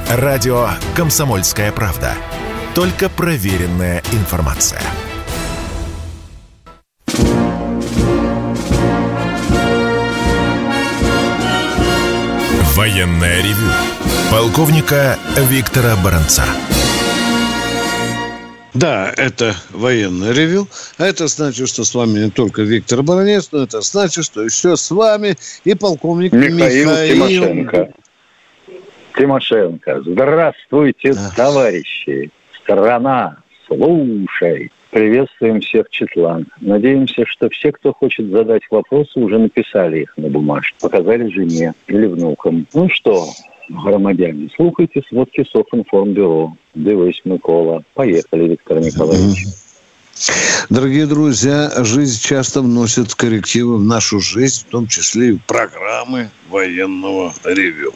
Радио «Комсомольская правда». Только проверенная информация. Военное ревю полковника Виктора Баранца. Да, это военное ревю. А это значит, что с вами не только Виктор Баранец, но это значит, что еще с вами и полковник Михаил Тимошенко. Здравствуйте, товарищи. Страна, слушай. Приветствуем всех, Четлан. Надеемся, что все, кто хочет задать вопросы, уже написали их на бумажке. Показали жене или внукам. Ну что, громадяне, слухайте сводки Софинформбюро. Дивись, Микола. Поехали, Виктор Николаевич. Дорогие друзья, жизнь часто вносит коррективы в нашу жизнь, в том числе и в программы военного ревю.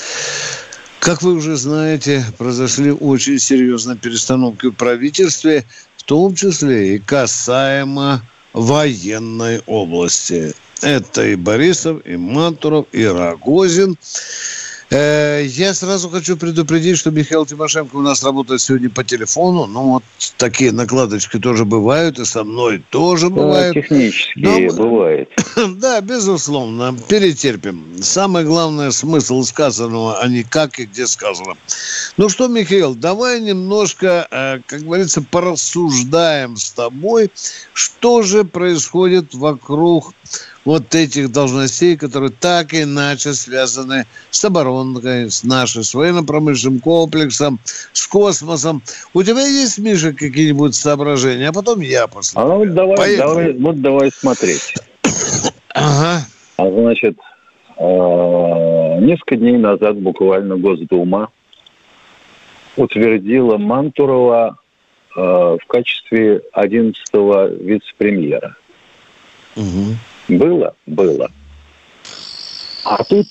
Как вы уже знаете, произошли очень серьезные перестановки в правительстве, в том числе и касаемо военной области. Это и Борисов, и Мантуров, и Рогозин. Я сразу хочу предупредить, что Михаил Тимошенко у нас работает сегодня по телефону. Ну, вот такие накладочки тоже бывают, и со мной тоже бывают. Технически бывает. Да, безусловно, перетерпим. Самое главное, смысл сказанного, а не как и где сказано. Ну что, Михаил, давай немножко, как говорится, порассуждаем с тобой, что же происходит вокруг вот этих должностей, которые так или иначе связаны с оборонкой, с нашей, с военно-промышленным комплексом, с космосом. У тебя есть, Миша, какие-нибудь соображения? А потом я после. Давай смотреть. Ага. Значит, несколько дней назад буквально Госдума утвердила Мантурова в качестве 11-го вице-премьера. Угу. Было. А тут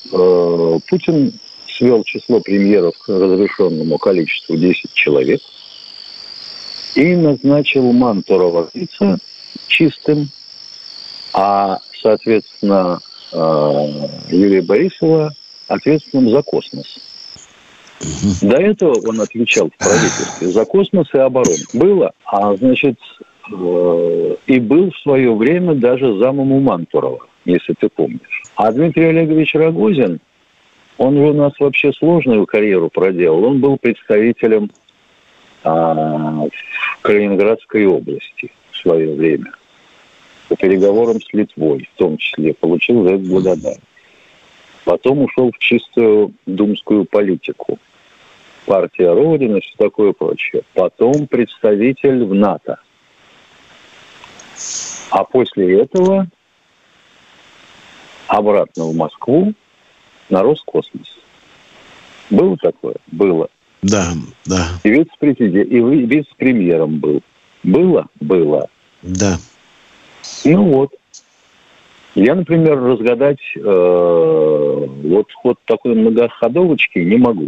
Путин свел число премьеров к разрешенному количеству 10 человек и назначил Мантурова вице чистым, а, соответственно, Юрия Борисова ответственным за космос. До этого он отвечал в правительстве за космос и оборону. Было, и был в свое время даже замом у Мантурова, если ты помнишь. А Дмитрий Олегович Рогозин, он же у нас вообще сложную карьеру проделал. Он был представителем в Калининградской области в свое время. По переговорам с Литвой, в том числе, получил за это благодарность. Потом ушел в чистую думскую политику. Партия Родина, все такое прочее. Потом представитель в НАТО. А после этого обратно в Москву на Роскосмос. Было такое? Было. Да. И вице-президент, и вице-премьером был. Было. Да. Ну вот. Я, например, разгадать вот ход такой многоходовочки не могу.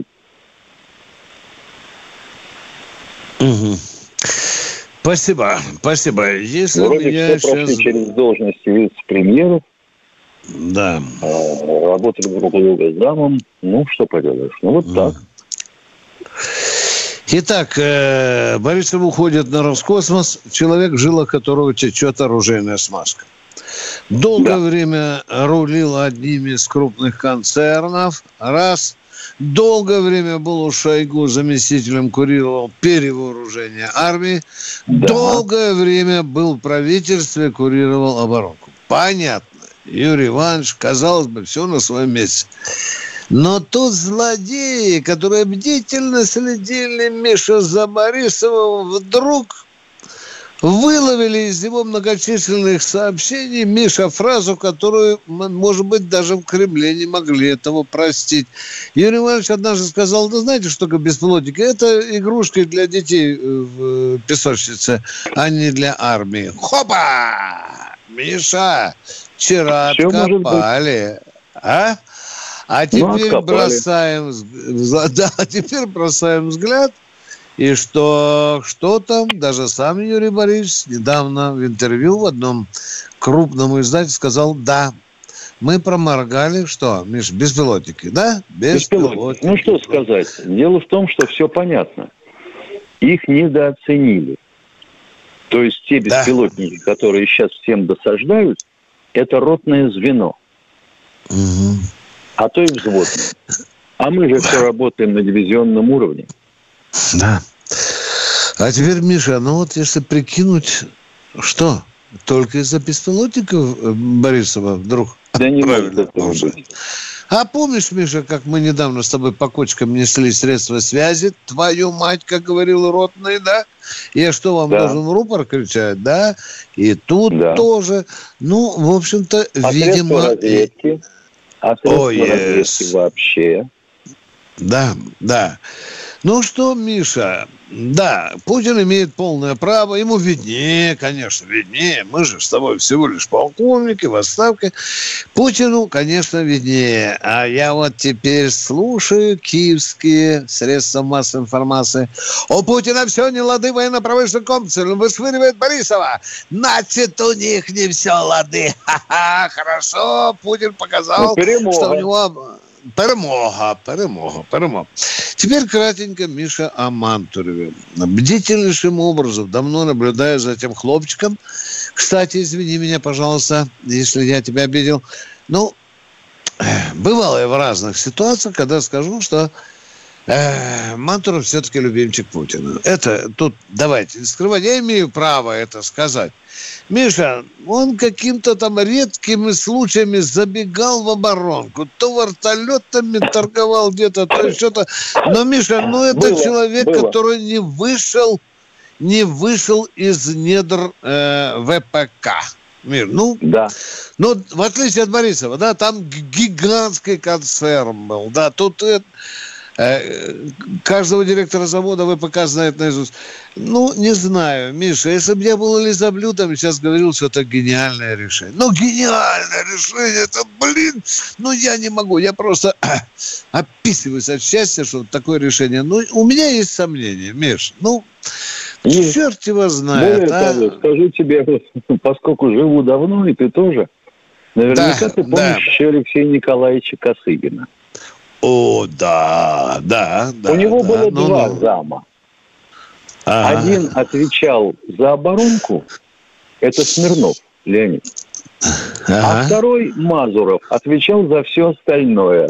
Угу. Спасибо. Если вроде меня все прошли через должности вице-премьеров. Да. Работали друг друга с замом. Ну, что поделаешь. Ну, вот так. Итак, Борисов уходит на Роскосмос. Человек, в жилах которого течет оружейная смазка. Долгое время рулил одним из крупных концернов. Раз. Долгое время был у Шойгу заместителем, курировал перевооружение армии. Да. Долгое время был в правительстве, курировал оборонку. Понятно. Юрий Иванович, казалось бы, все на своем месте. Но тут злодеи, которые бдительно следили, Миша, за Борисовым, вдруг выловили из его многочисленных сообщений, Миша, фразу, которую, может быть, даже в Кремле не могли этого простить. Юрий Иванович однажды сказал: да знаете, что такое беспилотники? Это игрушки для детей в песочнице, а не для армии. Хопа! Миша, вчера откопали. А теперь бросаем взгляд. И что там, даже сам Юрий Борисович недавно в интервью в одном крупном издательстве сказал: да, мы проморгали, что, Миш, беспилотники, да? Беспилотники. Ну, что сказать. Дело в том, что все понятно. Их недооценили. То есть те беспилотники, которые сейчас всем досаждают, это ротное звено. Угу. А то и взводное. А мы же все работаем на дивизионном уровне. Да. А теперь, Миша, ну вот если прикинуть, что? Только из-за беспилотников Борисова вдруг... Да не может этого быть. А помнишь, Миша, как мы недавно с тобой по кочкам несли средства связи? Твою мать, как говорил ротный, да? Я что, вам должен рупор кричать, да? И тут тоже. Ну, в общем-то, видимо... разведки вообще... Да. Ну что, Миша, да, Путин имеет полное право, ему виднее, конечно, виднее. Мы же с тобой всего лишь полковники в отставке. Путину, конечно, виднее. А я вот теперь слушаю киевские средства массовой информации. У Путина все не лады в военно-промышленном комплексе. Он вышвыривает Борисова. Значит, у них не все лады. Ха-ха, хорошо, Путин показал, что у него... Перемога. Теперь кратенько, Миша, о Мантурове. Бдительнейшим образом давно наблюдаю за этим хлопчиком. Кстати, извини меня, пожалуйста, если я тебя обидел. Ну, бывало я в разных ситуациях, когда скажу, что Мантуров все-таки любимчик Путина. Это тут, давайте не скрывать, я имею право это сказать. Миша, он каким-то там редкими случаями забегал в оборонку. То вертолетами торговал где-то, то что-то. Но, Миша, это человек, который не вышел из недр ВПК. Мир. В отличие от Борисова, да, там гигантский концерн был, да, тут каждого директора завода ВПК знает наизусть. Ну, не знаю, Миша, если бы я был лизоблюдом, сейчас говорил, что это гениальное решение. Гениальное решение, это, я не могу, я просто описываюсь от счастья, что такое решение. У меня есть сомнения, Миш, черт его знает. Скажу тебе, поскольку живу давно, и ты тоже, наверняка ты помнишь еще Алексея Николаевича Косыгина. О, да. У него было два зама. Один отвечал за оборонку, это Смирнов Леонид. А второй, Мазуров, отвечал за все остальное.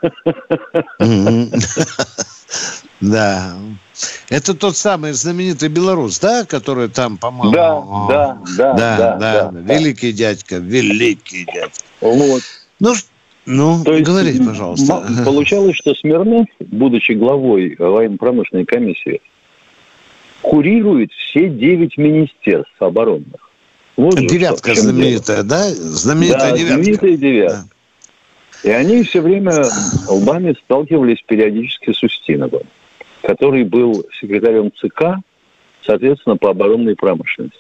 Да. Это тот самый знаменитый белорус, да, который там, по-моему... Да. Великий дядька. Вот. То есть, говорите, пожалуйста. Получалось, что Смирнов, будучи главой военно-промышленной комиссии, курирует все 9 министерств оборонных. Вот девятка знаменитая, да? Знаменитая девятка. И они все время лбами сталкивались периодически с Устиновым, который был секретарем ЦК, соответственно, по оборонной промышленности.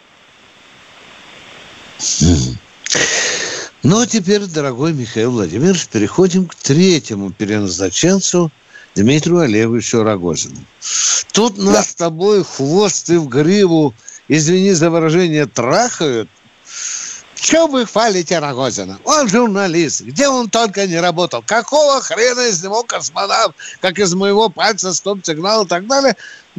Теперь, дорогой Михаил Владимирович, переходим к третьему переназначенцу Дмитрию Олеговичу Рогозину. Тут нас с тобой хвост и в гриву, извини за выражение, трахают. Чего вы хвалите Рогозина? Он журналист. Где он только не работал? Какого хрена из него космонавт, как из моего пальца стоп-сигнал и так далее?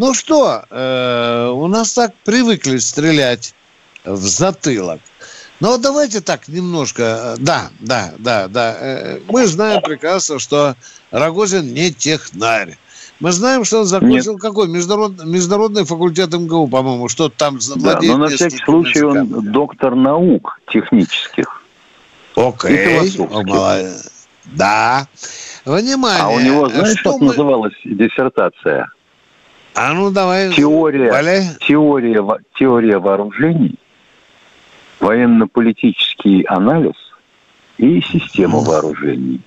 У нас так привыкли стрелять в затылок. Давайте так немножко. Да. Мы знаем прекрасно, что Рогозин не технарь. Мы знаем, что он закончил какой? Международный факультет МГУ, по-моему, что там владеет. Но на всякий случай он доктор наук технических. Окей. Да. Внимание. А у него, знаешь, как называлась диссертация? Давай. Теория вооружений, военно-политический анализ и система вооружений.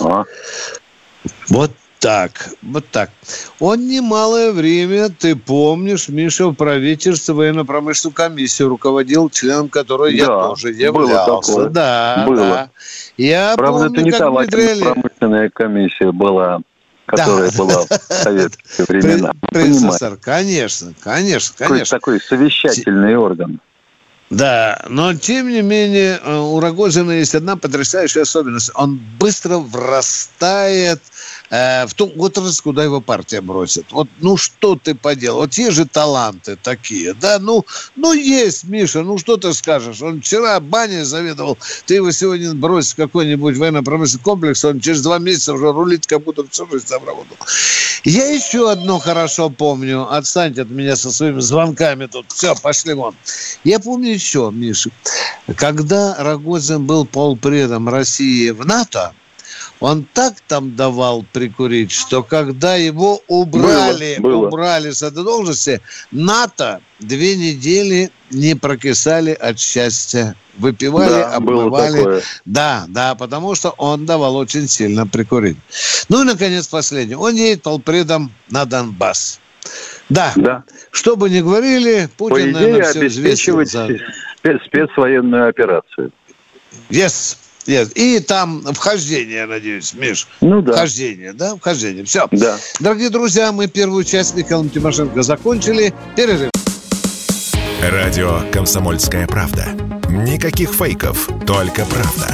Вот так. Он немалое время, ты помнишь, Миша, в правительстве военно-промышленную комиссию руководил, членом которой я тоже являлся. Было. Я Правда, помню, это не та военно-промышленная комиссия была, которая была в советские времена. При СССР, конечно. Такой совещательный орган. Да, но тем не менее у Рогозина есть одна потрясающая особенность. Он быстро врастает в ту отрасль, куда его партия бросит. Вот, ну что ты поделал? Вот те же таланты такие, да? Ну есть, Миша, ну что ты скажешь? Он вчера баней заведовал, ты его сегодня бросишь в какой-нибудь военно-промышленный комплекс, он через 2 месяца уже рулит, как будто всю жизнь там работал. Я еще одно хорошо помню. Отстаньте от меня со своими звонками тут. Все, пошли вон. Я помню еще, Миша, когда Рогозин был полпредом России в НАТО, он так там давал прикурить, что когда его убрали с этой должности, НАТО 2 недели не прокисали от счастья. Выпивали, обмывали. Да, потому что он давал очень сильно прикурить. Ну и, наконец, последнее. Он едет полпредом на Донбасс. Да. Что бы ни говорили, Путин, наверное, все известен за... спецвоенную операцию. Yes. И там вхождение, я надеюсь, Миш. Ну да. Вхождение. Все. Да. Дорогие друзья, мы первую часть с Михаилом Тимошенко закончили. Перерыв. Радио «Комсомольская правда». Никаких фейков, только правда.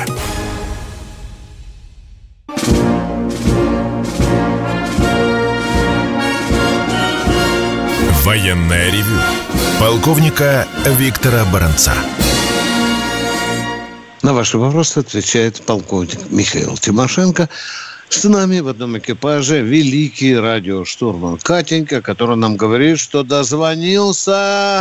Военное ревю полковника Виктора Баранца. На ваши вопросы отвечает полковник Михаил Тимошенко. С нами в одном экипаже великий радиоштурман Катенька, который нам говорит, что дозвонился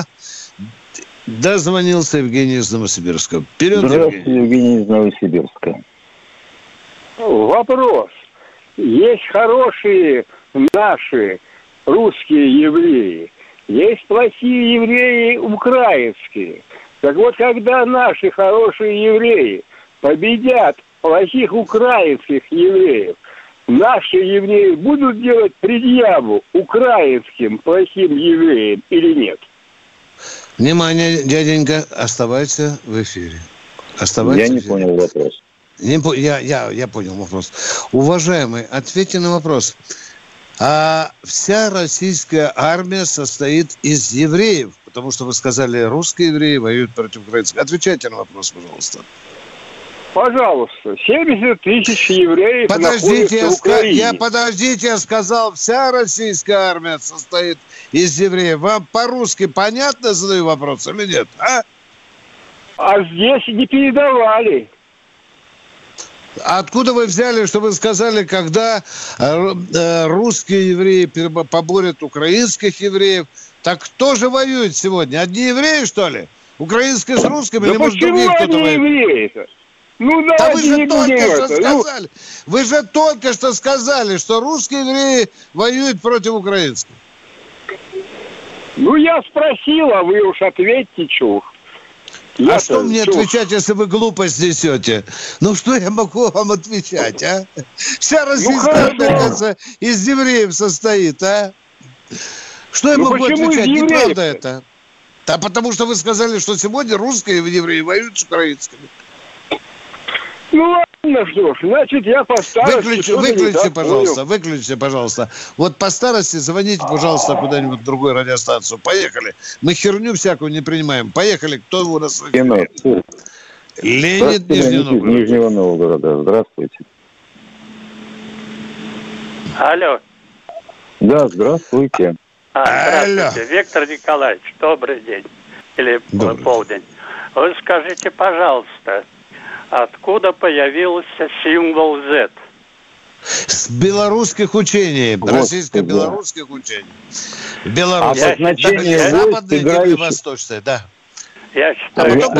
Евгений из Новосибирска. Вперед, Здравствуйте, Евгений из Новосибирска. Вопрос. Есть хорошие наши русские евреи, есть плохие евреи украинские. Так вот, когда наши хорошие евреи победят плохих украинских евреев, наши евреи будут делать предъяву украинским плохим евреям или нет? Внимание, дяденька, оставайся в эфире. Я не понял вопрос. Я понял вопрос. Уважаемый, ответьте на вопрос. А вся российская армия состоит из евреев, потому что вы сказали, русские евреи воюют против украинцев. Отвечайте на вопрос, пожалуйста. Пожалуйста, 70 тысяч евреев находятся в Украине. Я сказал, вся российская армия состоит из евреев. Вам по-русски понятно задаю вопрос или нет? А здесь не передавали. Откуда вы взяли, что вы сказали, когда русские евреи поборят украинских евреев? Так кто же воюет сегодня? Одни евреи, что ли? Украинские с русскими? Или, может, другие кто-то воюет? Евреи-то? Да вы же только что сказали. Вы же только что сказали, что русские евреи воюют против украинских. Я спросил, а вы уж ответьте, чух. А что мне отвечать, если вы глупость несете? Что я могу вам отвечать, а? Вся российская армия, кажется, из евреев состоит, а? Что я могу отвечать? Неправда это. Да потому что вы сказали, что сегодня русские евреи воюют с украинскими. Ладно, что ж, значит, я по старости... Выключите, пожалуйста. Вот по старости звоните, пожалуйста, куда-нибудь в другую радиостанцию. Поехали. Мы херню всякую не принимаем. Поехали. Кто у нас в эфире? Леонид Нижнего Новгорода. Здравствуйте. Алло. Да, здравствуйте. Здравствуйте. Виктор Николаевич, добрый день. Или полдень. Вы скажите, пожалуйста, откуда появился символ Z? С белорусских учений. Российско-белорусских учений. Беларусь. Западные или восточные, да. Я считаю, что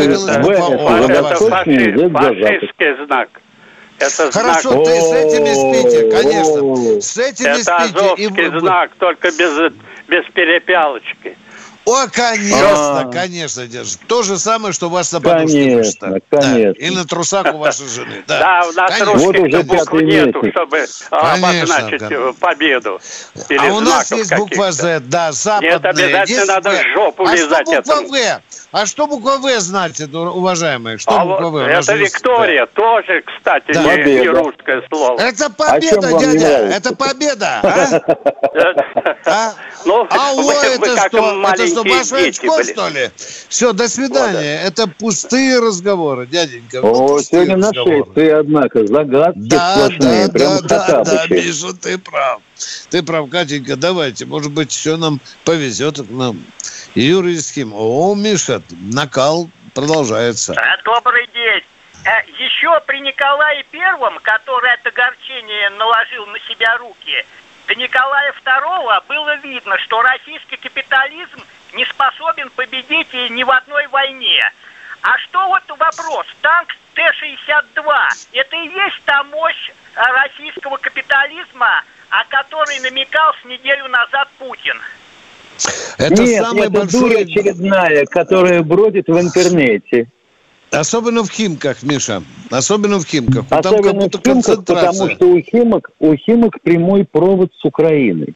это фашистский знак. Это хорошо, знак... ты с этими спите, конечно. С этими это спите. азовский знак, только без перепялочки. О, конечно, держит. То же самое, что у вас на подушке. Конечно. Или на трусах у вашей жены. Да, у нас русских букв нету, чтобы обозначить победу. А у нас есть буква Z, да, западная. Нет, обязательно надо в жопу лизать этому. А что буква В значит, уважаемые? Что буква В? Это Виктория, тоже, кстати, не русское слово. Это победа, дядя, это победа. это что? Это что, ваше очко, что ли? Все, до свидания. Это пустые разговоры, дяденька. Сегодня нашествие, однако, загадки сплошные. Да, Миша, ты прав. Ты прав, Катенька, давайте. Может быть, еще нам повезет к нам. Юрий из Хим. Миша, накал продолжается. Добрый день. Еще при Николае Первом, который от огорчения наложил на себя руки, до Николая II было видно, что российский капитализм не способен победить и ни в одной войне. А что вот вопрос? Танк Т-62, это и есть та мощь российского капитализма, о которой намекал с неделю назад Путин? Это дура очередная, которая бродит в интернете. Особенно в Химках, Миша. Особенно в Химках. Особенно там как будто в Химках, потому что у Химок прямой провод с Украиной.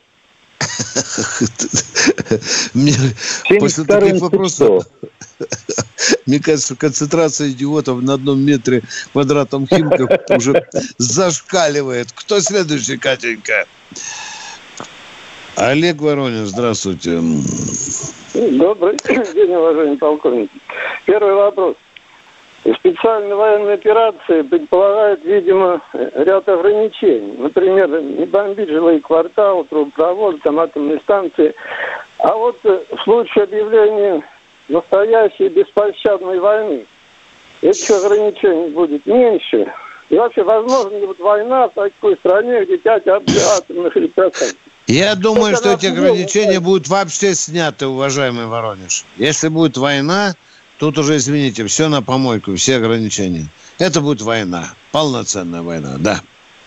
После таких вопросов, мне кажется, концентрация идиотов на 1 метре квадратном Химках уже зашкаливает. Кто следующий, Катенька? Олег Воронин, здравствуйте. Добрый день, уважаемый полковник. Первый вопрос. Специальная военная операция предполагает, видимо, ряд ограничений. Например, не бомбить жилые кварталы, трубопроводы, атомные станции. А вот в случае объявления настоящей беспощадной войны, этих ограничений будет меньше. И вообще, возможно ли война в такой стране, где 5 атомных электростанций? Я думаю, что эти ограничения будут вообще сняты, уважаемый Воронеж. Если будет война, тут уже, извините, все на помойку, все ограничения. Это будет война, полноценная война, да.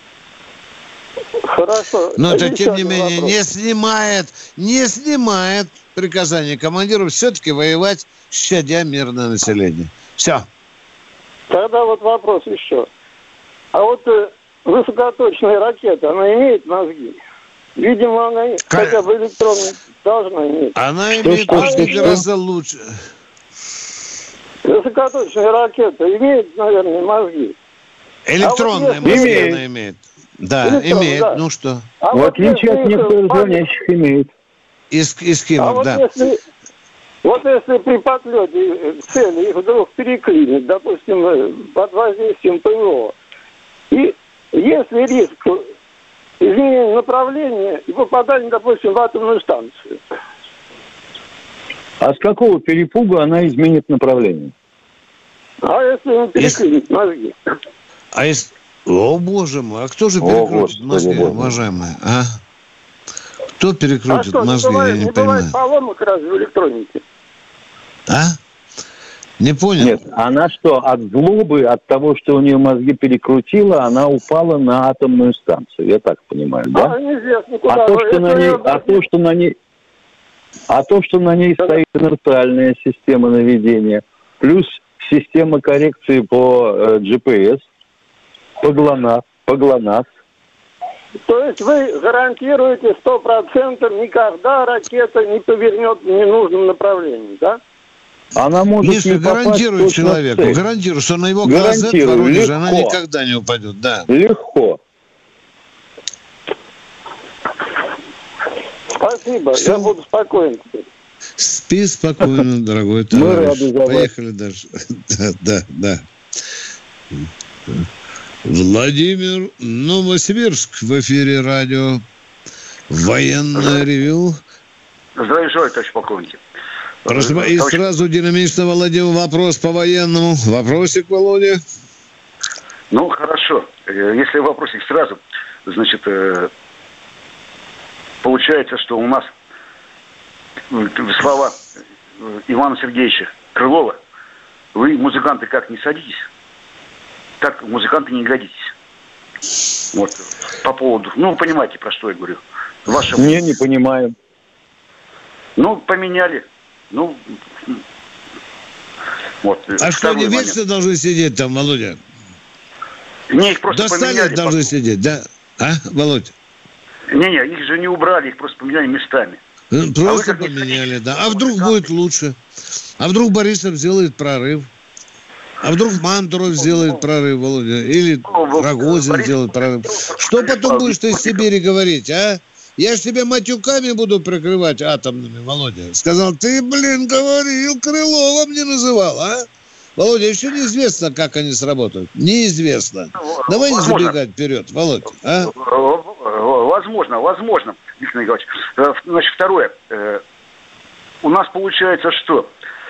Хорошо. Но это, тем не менее, не снимает приказание командиру все-таки воевать, щадя мирное население. Все. Тогда вот вопрос еще. А вот высокоточная ракета, она имеет мозги? Видимо, она хотя бы электронная должна иметь. Она имеет мозги гораздо лучше. Высокоточная ракета имеет, наверное, мозги. Электронные мозги она имеет. Да, имеет. Да. Ну что? В отличие от некоторых звонящих имеет. Из Химок, да. Если при подлете цели их вдруг переклинит, допустим, под воздействием ПВО, и если риск изменения направления и попадания, допустим, в атомную станцию. А с какого перепуга она изменит направление? А если переклинит мозги? О, боже мой, а кто же перекрутит мозги, уважаемые? А? Кто перекрутит мозги, я не понимаю. Бывает поломок разве в электронике? А? Не понял? Нет, она что, от злобы, от того, что у нее мозги перекрутило, она упала на атомную станцию, я так понимаю, да? Неизвестно куда. А то, что на ней стоит инертальная система наведения, плюс система коррекции по GPS, по ГЛОНАСС. То есть вы гарантируете 100% никогда ракета не повернет в ненужном направлении, да? Она может Если гарантирует человеку, гарантирует, что на его глаза в Воронеже она никогда не упадет, да. Легко. Спасибо, я буду спокоен теперь. Спи спокойно, дорогой товарищ. Поехали дальше. Да. Владимир, Новосибирск, в эфире радио Военное ревю. Здравия, товарищ полковник. И сразу динамично, Володя, вопрос по военному. Вопросик, Володя? Ну, хорошо. Если вопросик сразу, значит, получается, что у нас слова Ивана Сергеевича Крылова: вы, музыканты, как не садитесь, так музыканты не годитесь. Вот. По поводу... Ну, понимаете, про что я говорю. Не понимаю. Ну, поменяли. Ну, вот. А что, они вечно должны сидеть там, Володя? Не, их просто поменяли. Должны сидеть, да? А, Володя? Не, их же не убрали, их просто поменяли местами. Просто поменяли, да. А вдруг будет лучше? А вдруг Борисов сделает прорыв? А вдруг Мантуров сделает прорыв, Володя? Или Рогозин сделает прорыв? Что потом будешь ты из Сибири говорить, а? Я ж тебе матюками буду прикрывать атомными, Володя. Сказал, ты, говорил, Крылова мне называл, а? Володя, еще неизвестно, как они сработают. Неизвестно. Давай не забегать вперед, Володя. А? Возможно, Виктор Николаевич. Значит, второе. У нас получается, что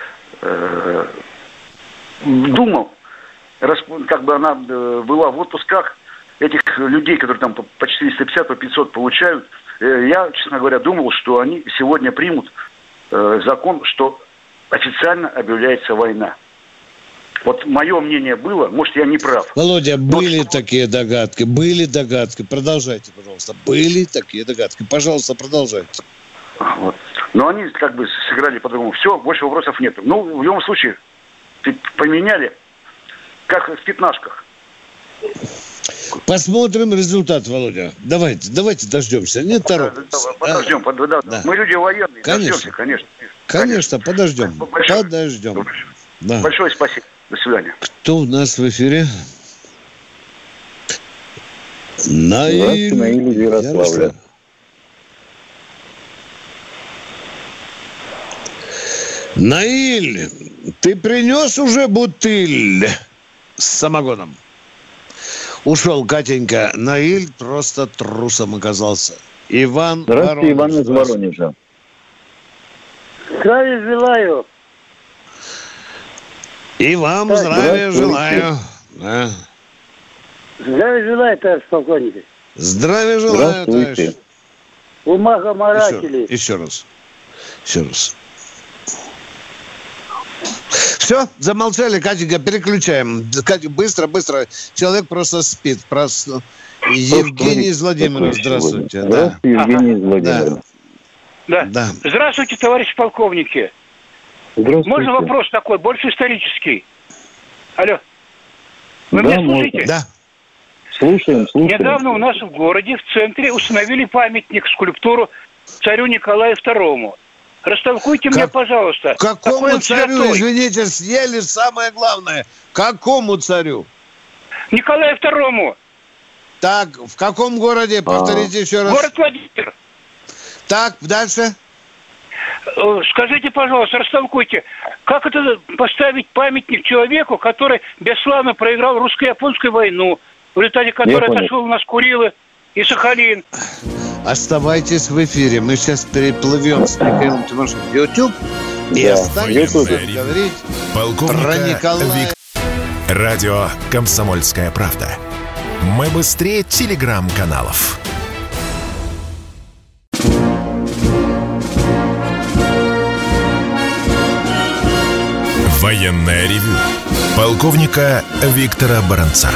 думал, как бы она была в отпусках, этих людей, которые там по 450, по 500 получают, я, честно говоря, думал, что они сегодня примут закон, что официально объявляется война. Вот мое мнение было, может, я не прав. Володя, были такие догадки. Продолжайте, пожалуйста. Были такие догадки. Пожалуйста, продолжайте. Вот. Но они как бы сыграли по-другому. Все, больше вопросов нет. Ну, в любом случае, поменяли, как в пятнашках. Посмотрим результат, Володя. Давайте дождемся. Не торопимся. Подождем. Да. Мы люди военные. Конечно. Конечно. Конечно, подождем. Подождем. Да. Большое спасибо. До свидания. Кто у нас в эфире? Наиль Ярославль. Наиль, ты принес уже бутыль с самогоном? Ушел Катенька. Наиль просто трусом оказался. Иван. Здравствуйте, Иван из Воронежа. Здравия желаю. И вам здравия желаю. Да. Здравия желаю, товарищ полковник. Здравия желаю, товарищ. Бумагоморатели. Еще раз. Все, замолчали, Катенька, переключаем. Катя, быстро. Человек просто спит. Евгений из Владимира, здравствуйте. Здравствуйте, Евгений из Владимира. Да. Здравствуйте, товарищ полковники. Можно вопрос такой, больше исторический? Алло. Вы меня слушаете? Можно. Да. Слушаем. Недавно у нас в городе, в центре, установили памятник, скульптуру царю Николаю II. Растолкуйте мне, пожалуйста. Какому царю, извините, съели самое главное? Какому царю? Николаю II. Так, в каком городе? Повторите еще раз. Город Владимир. Так, дальше. Скажите, пожалуйста, растолкуйте, как это поставить памятник человеку, который бесславно проиграл русско-японскую войну, в результате которой отошел у нас Курилы и Сахалин. Оставайтесь в эфире. Мы сейчас переплывем с Михаилом Тимошенко в YouTube и останемся говорить про Николая. Радио «Комсомольская правда». Мы быстрее телеграм-каналов. Военное ревю полковника Виктора Баранца.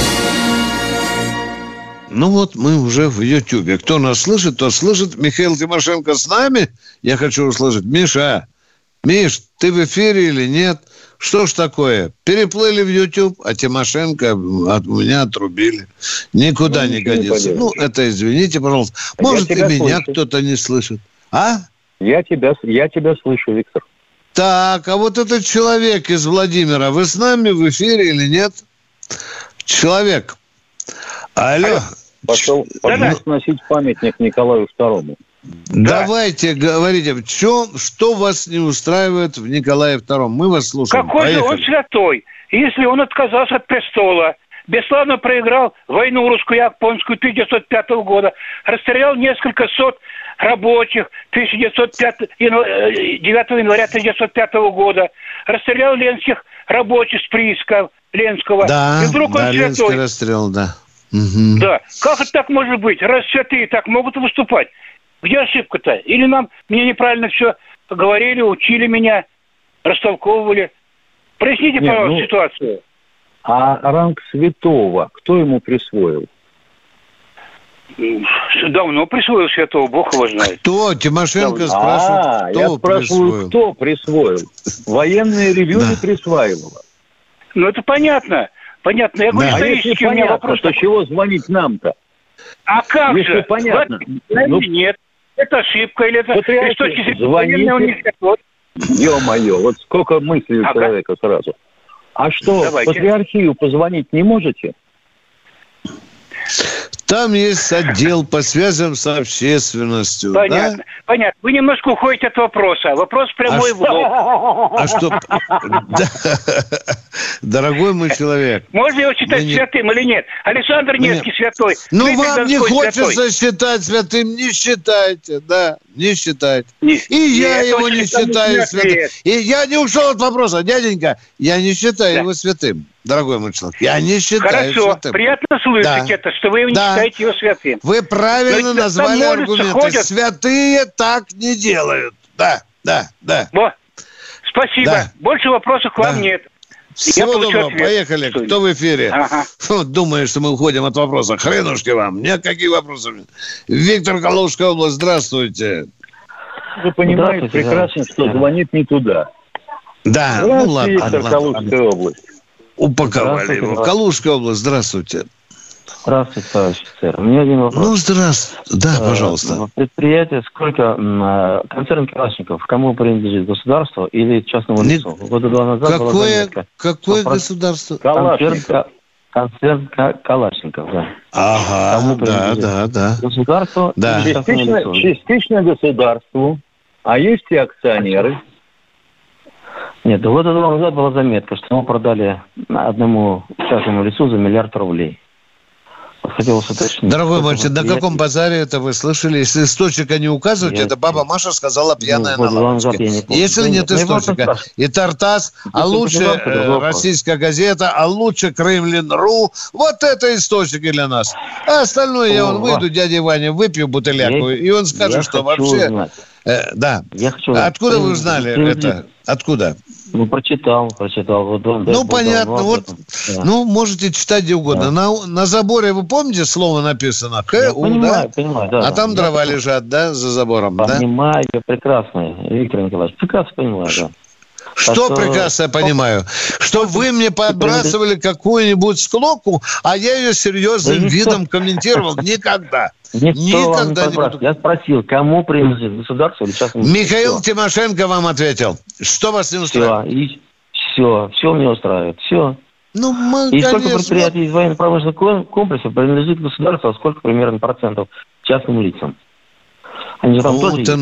Ну вот мы уже в Ютьюбе. Кто нас слышит, тот слышит. Михаил Тимошенко с нами. Я хочу услышать. Миш, ты в эфире или нет? Что ж такое? Переплыли в Ютьюб, а Тимошенко от меня отрубили. Никуда не годится. Ну, это извините, пожалуйста. Может, и меня кто-то не слышит. А? Я тебя слышу, Виктор. Так, а вот этот человек из Владимира, вы с нами в эфире или нет? Человек. Алло. Пошел сносить памятник Николаю II. Давайте говорите, что вас не устраивает в Николае II? Мы вас слушаем. Какой же он святой, если он отказался от престола, бесславно проиграл войну русско-японскую 1905 года, расстрелял несколько сот рабочих 9 января 1905 года, расстрелял ленских рабочих с прииска Ленского. Да, и вдруг он Ленский расстрел, да. Угу. Да. Как это так может быть? Раз святые так могут выступать? Где ошибка-то? Или мне неправильно все говорили, учили меня, растолковывали? Проясните, пожалуйста, ситуацию. А ранг святого кто ему присвоил? Давно присвоил святого, Бог его знает. Кто? Тимошенко спрашивает, кто я спрашиваю, кто присвоил? Военное ревью не присваивало. Ну, это понятно. Понятно. Я говорю, исторически у меня вопрос. То чего звонить нам-то? А как если же? Понятно. Нет. Это ошибка или это... И с точки зрения он не святой. Ё-моё, вот сколько мыслей у человека сразу. А что, в патриархию позвонить не можете? Там есть отдел по связям с общественностью. Понятно, да? понятно. Вы немножко уходите от вопроса. Вопрос прямой в лоб. А что? Дорогой мой человек. Можно его считать святым или нет? Александр Невский святой. Ну, вам не хочется считать святым, не считайте, да, не считайте. И я его не считаю святым. И я не ушел от вопроса, дяденька, я не считаю его святым, дорогой мой человек. Я не считаю святым. Хорошо, приятно слышать это, что вы не считаете его святым. Вы правильно назвали аргументы. Святые так не делают. Да. Во. Спасибо. Да. Больше вопросов к вам нет. Всего доброго. Поехали. Кто в эфире? Думаю, что мы уходим от вопроса. Хренушки вам. Никаких вопросов нет. Виктор, Калужская область. Здравствуйте. Вы понимаете прекрасно, что звонит не туда. Да, ну ладно. Виктор, Калужская область. Упаковали его. Калужская область. Здравствуйте. Здравствуйте, товарищ офицер. У меня один вопрос. Ну, здравствуйте. Да, пожалуйста. Предприятие, сколько концерн Калашников, кому принадлежит, государству или частному лицу? Года 2 назад была заметка. Какое государство? Концерн Калашников, да. Ага, кому да. Государству или частному лицу? Частично государству, а есть и акционеры. Нет, года 2 назад была заметка, что мы продали одному частному лицу за 1 миллиард рублей. Хотелось уточнить. Дорогой мальчик, на каком базаре это вы слышали? Если источника не указываете, это баба Маша сказала пьяная на лавочке. Если нет источника, и Тартас, а лучше российская газета, а лучше Кремлин.ру, вот это источники для нас. А остальное я выйду, дядя Ваня, выпью бутыляку, и он скажет, что вообще... Да. Откуда вы узнали это? Откуда? Ну, прочитал. Ну, понятно. Вот, ну, можете читать где угодно. На заборе, вы помните, слово написано? Понимаю, да. А там дрова лежат, да, за забором, да? Понимаю, прекрасно, Виктор Николаевич. Прекрасно понимаю, да. Что прекрасно я понимаю? Что вы мне подбрасывали какую-нибудь склоку, а я ее серьезным видом комментировал. Никогда. Никогда не буду. Я спросил, кому принадлежит, государству или частному? Михаил Тимошенко вам ответил. Что вас не устраивает? Все меня устраивает. Все. И сколько предприятий из военно-промышленного комплекса принадлежит государству, а сколько примерно процентов частным лицам? Они же там тоже есть.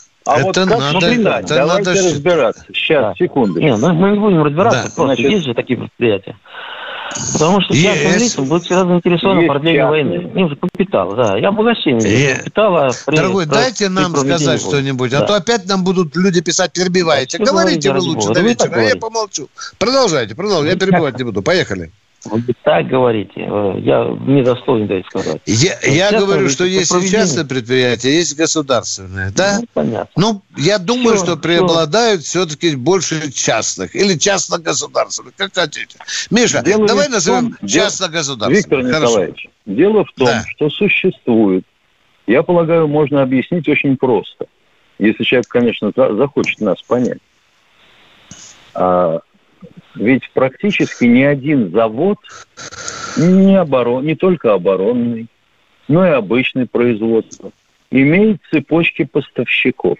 Это давайте разбираться. Сейчас, секунду. Мы не будем разбираться, просто есть же такие предприятия. Потому что частным лицам будет всегда заинтересовано продление войны. Им же капитал, да. И обогащение капитала. Дорогой, дайте нам сказать что-нибудь, а то опять нам будут люди писать, перебиваете. Говорите вы лучше до вечера, а я помолчу. Продолжайте, я перебивать не буду. Поехали. Вы так говорите. Я не достоин дать сказать. Я говорю, что есть и частные предприятия, есть государственные. Да? Понятно. Я думаю, что преобладают все-таки больше частных. Или частно-государственных, как хотите. Миша, давай назовем частно-государственных. Виктор Николаевич, дело в том, что существует. Я полагаю, можно объяснить очень просто. Если человек, конечно, захочет нас понять. Ведь практически ни один завод, не только оборонный, но и обычный производство, имеет цепочки поставщиков,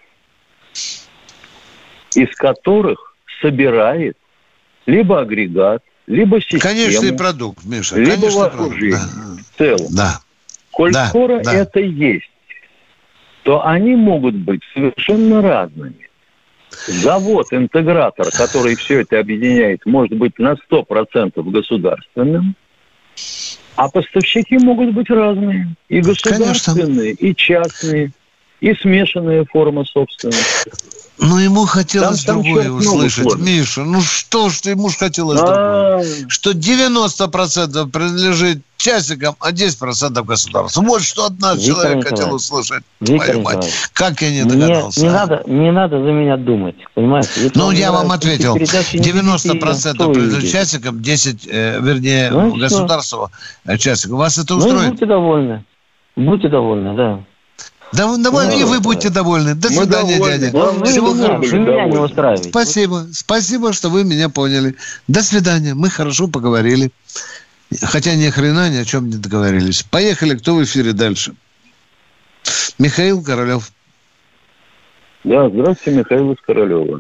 из которых собирает либо агрегат, либо систему, конечный продукт, Миша, либо вооружение в целом. Коль скоро это есть, то они могут быть совершенно разными. Завод-интегратор, который все это объединяет, может быть на 100% государственным, а поставщики могут быть разные. И государственные, и частные, и смешанная форма собственности. Ему хотелось другое услышать. Миша, что ж ему хотелось другое? Что 90% принадлежит частникам, а 10% государству. Вот что от нас человек хотел услышать. Твою мать. Как я не догадался. Не надо за меня думать, понимаете? Я вам ответил. 90% принадлежит частникам, 10%, государству частникам. Вас это устроит? Будьте довольны. Будьте довольны, да. Давай, и вы будьте довольны. До свидания, дядя. Всего хорошего. Меня не устраивает. Спасибо, что вы меня поняли. До свидания. Мы хорошо поговорили. Хотя ни хрена ни о чем не договорились. Поехали. Кто в эфире дальше? Михаил Королев. Да, здравствуйте, Михаил из Королева.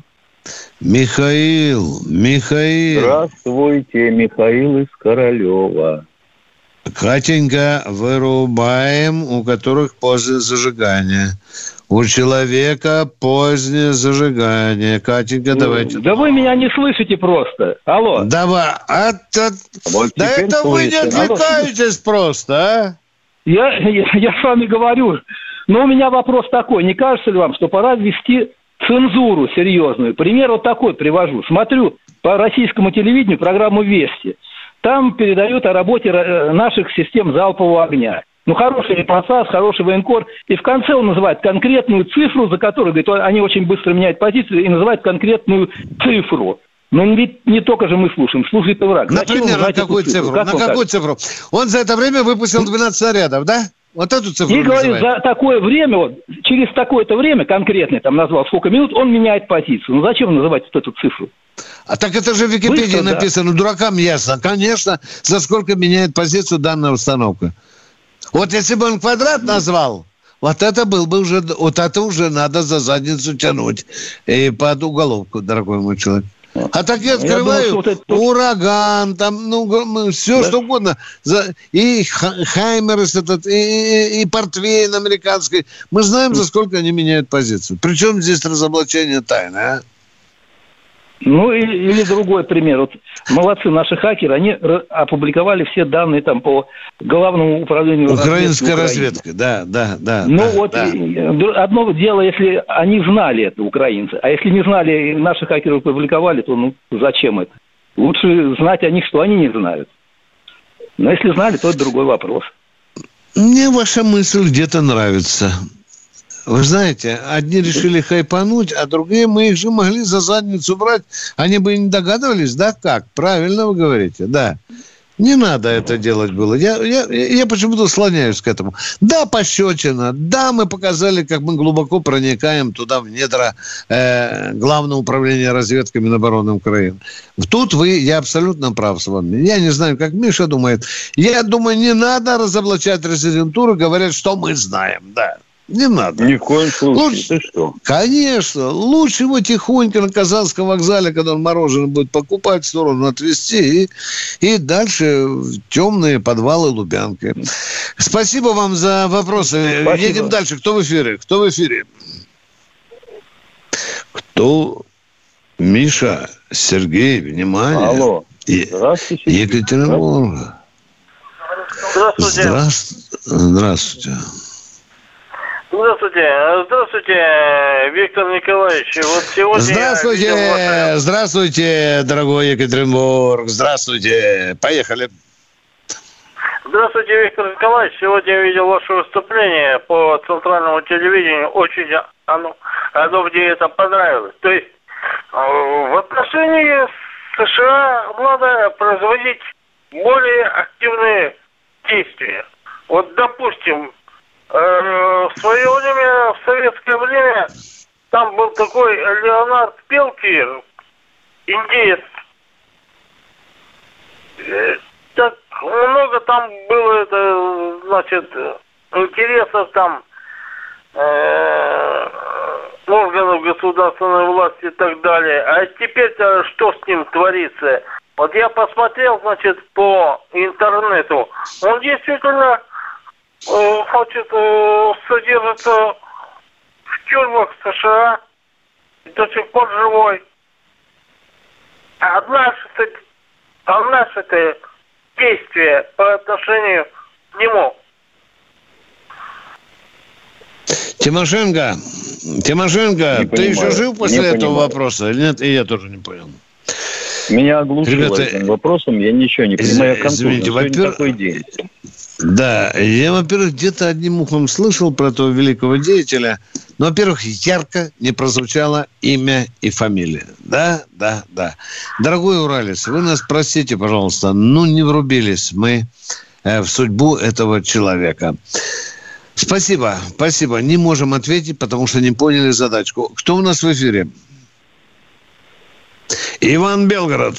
Михаил. Здравствуйте, Михаил из Королева. Катенька, вырубаем, у которых позднее зажигание. У человека позднее зажигание. Катенька, давайте. Да вы меня не слышите просто. Алло. Давай. Вот да это слышим. Вы не отвлекаетесь просто, а? Я с вами говорю. Но у меня вопрос такой. Не кажется ли вам, что пора ввести цензуру серьезную? Пример вот такой привожу. Смотрю по российскому телевидению программу «Вести». Там передают о работе наших систем залпового огня. Ну, хороший репортаж, хороший военкор. И в конце он называет конкретную цифру, за которую, говорит, они очень быстро меняют позицию, и называют конкретную цифру. Но ведь не только же мы слушаем, слушает и враг. Например, на какую цифру? На какую цифру? Он за это время выпустил 12 снарядов, да? Вот эту цифру и говорит, за такое время, вот, через такое-то время, конкретно там назвал, сколько минут, он меняет позицию. Ну, зачем называть вот эту цифру? А так это же в Википедии быстро, написано, да. Дуракам ясно. Конечно, за сколько меняет позицию данная установка. Вот если бы он квадрат назвал, вот это был бы уже, вот это уже надо за задницу тянуть. И под уголовку, дорогой мой человек. А так я открываю, думаю, вот это... ураган, там, ну, все да. Что угодно. И Хаймерс этот, и портвейн американский. Мы знаем, за сколько они меняют позицию. Причем здесь разоблачение тайны, а? Ну, или другой пример. Вот молодцы наши хакеры, они опубликовали все данные там по главному управлению украинской разведки. Да. Ну, да, вот да. Одно дело, если они знали это, украинцы. А если не знали, и наши хакеры опубликовали, то ну зачем это? Лучше знать о них, что они не знают. Но если знали, то это другой вопрос. Мне ваша мысль где-то нравится. Вы знаете, одни решили хайпануть, а другие мы их же могли за задницу брать. Они бы не догадывались, да, как? Правильно вы говорите, да. Не надо это делать было. Я почему-то склоняюсь к этому. Да, пощечина. Да, мы показали, как мы глубоко проникаем туда, в недра Главного управления разведки Минобороны Украины. Тут я абсолютно прав с вами. Я не знаю, как Миша думает. Я думаю, не надо разоблачать резидентуру, говорят, что мы знаем, да. Не надо. Ни в коем случае. Лучше, ты что? Конечно. Лучше его тихонько на Казанском вокзале, когда он мороженое будет покупать, в сторону отвезти и дальше в темные подвалы Лубянки. Спасибо вам за вопросы. Спасибо. Едем дальше. Кто в эфире? Кто? Миша, Сергей, внимание. Алло. Здравствуйте. Екатеринбург. Здравствуйте. Здравствуйте, Виктор Николаевич. Вот сегодня Здравствуйте, дорогой Екатеринбург. Здравствуйте. Поехали. Здравствуйте, Виктор Николаевич. Сегодня я видел ваше выступление по центральному телевидению. Очень оно мне это понравилось. То есть в отношении США надо производить более активные действия. Вот, допустим, в свое время, в советское время, там был такой Леонард Пелтиер, индеец. Так много там было, значит, интересов там органов государственной власти и так далее. А теперь-то что с ним творится? Вот я посмотрел, значит, по интернету. Он действительно содержится в тюрьмах США, до сих пор живой. А наши-то действия по отношению к нему. Тимошенко, ты еще жив после этого вопроса? Или нет? И я тоже не понял. Меня оглушило этим вопросом, я ничего не понимаю. Извините, во-первых, такой день. Да, я, во-первых, где-то одним ухом слышал про этого великого деятеля, но, во-первых, ярко не прозвучало имя и фамилия. Да. Дорогой уралец, вы нас простите, пожалуйста, не врубились мы в судьбу этого человека. Спасибо. Не можем ответить, потому что не поняли задачку. Кто у нас в эфире? Иван Белгород.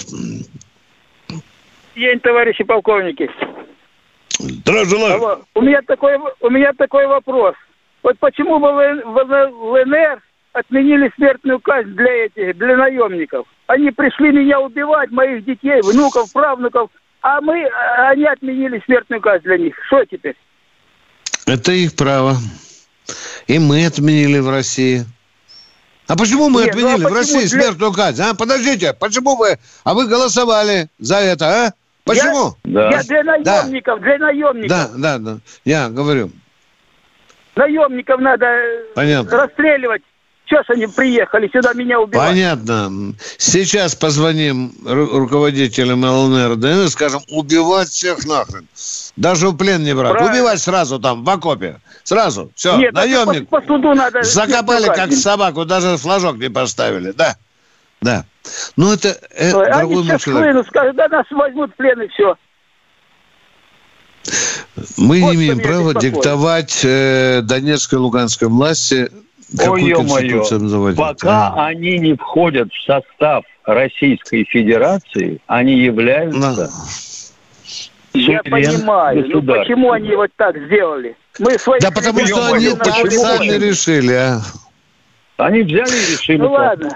День, товарищи полковники. Здравствуйте. У меня такой вопрос. Вот почему в ЛНР отменили смертную казнь для наемников? Они пришли меня убивать, моих детей, внуков, правнуков. они отменили смертную казнь для них. Что теперь? Это их право. И мы отменили в России. А почему мы отменили в России смертную казнь? Подождите, почему вы... А вы голосовали за это, а? Почему? Я для наемников, Да, я говорю. Наемников надо расстреливать. Что ж они приехали сюда меня убивать? Понятно. Сейчас позвоним руководителям ЛНР, ДНР, скажем, убивать всех нахрен. Даже в плен не брать. Правильно. Убивать сразу там, в окопе. Сразу. Все, нет, наемник. По суду надо... Закопали, как собаку, даже флажок не поставили. Да. Ну, это дорогой мой человек. Когда нас возьмут в плен, и все. Мы не имеем права диктовать Донецкой и Луганской власти... Ой-ё-моё, пока они не входят в состав Российской Федерации, они являются... Я понимаю, но почему они вот так сделали? Да потому что они так сами решили, Они взяли и решили. Ну ладно.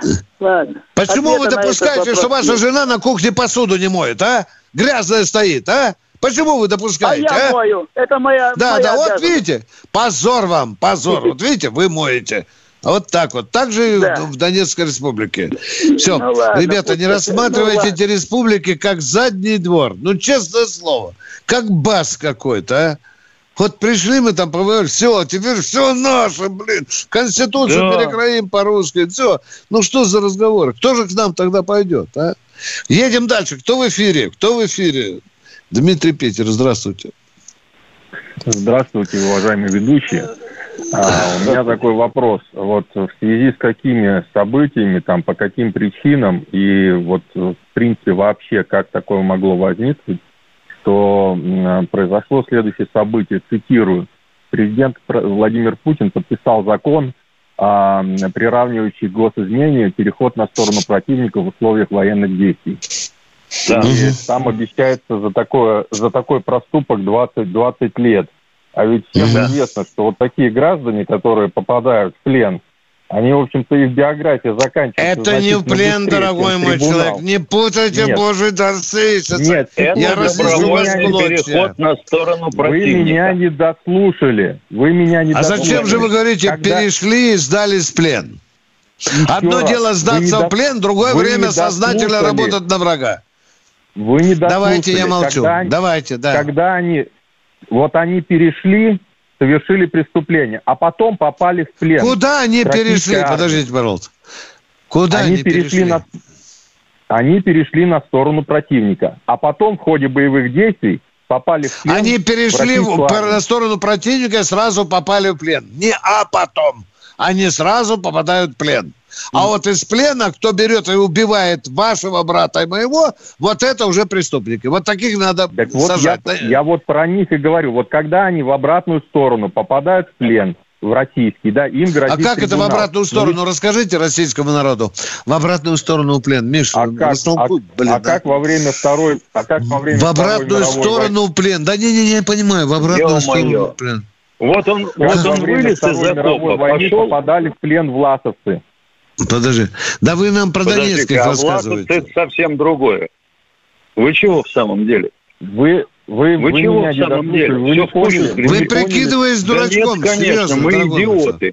Почему вы допускаете, что ваша жена на кухне посуду не моет, Грязная стоит, Почему вы допускаете, я мою. Это моя вот видите, позор вам, позор. Вот видите, вы моете. А вот так вот. Так же и в Донецкой республике. Все, ребята, не рассматривайте эти республики как задний двор. Честное слово. Как бас какой-то, Вот пришли мы там, поговорили, все, теперь все наше, Конституцию перекроим по-русски, все. Что за разговоры? Кто же к нам тогда пойдет, Едем дальше. Кто в эфире? Дмитрий Питер, здравствуйте. Здравствуйте, уважаемые ведущие. У меня такой вопрос. Вот в связи с какими событиями, по каким причинам и в принципе вообще как такое могло возникнуть, что произошло следующее событие, цитирую. Президент Владимир Путин подписал закон, приравнивающий к госизмене переход на сторону противника в условиях военных действий. Да. И там обещается за такой проступок 20 лет. А ведь всем известно, что такие граждане, которые попадают в плен, они, в общем-то, их биография заканчивается. Это не в плен, дорогой мой человек. Не путайте Божий дар с Иисусом. Нет, это добровольный переход на сторону противника. Вы меня не дослушали. А зачем же вы говорите, перешли и сдались в плен? Одно дело сдаться в плен, другое время сознательно работать на врага. Вы не дослушали. Давайте я молчу. Когда они перешли, совершили преступление, а потом попали в плен. Куда они перешли? Подождите, пожалуйста. Куда они перешли? Они перешли на сторону противника, а потом в ходе боевых действий попали в плен. Они перешли на сторону противника и сразу попали в плен. Потом. Они сразу попадают в плен. А вот из плена, кто берет и убивает вашего брата и моего, это уже преступники. Вот таких надо сажать. Я про них и говорю. Вот когда они в обратную сторону попадают в плен, в российский, им грозит как это в обратную сторону? Расскажите российскому народу. В обратную сторону в плен. Миша, как во время Второй В обратную сторону в плен. Я понимаю. В обратную сторону в плен. Вот он вылез из окопа, пошел. Попадали в плен власовцы. Подожди. Да вы нам про Донецких рассказываете. Это совсем другое. Вы чего в самом деле? Вы чего в самом деле? Вы прикидываетесь дурачком. Да нет, конечно, мы идиоты.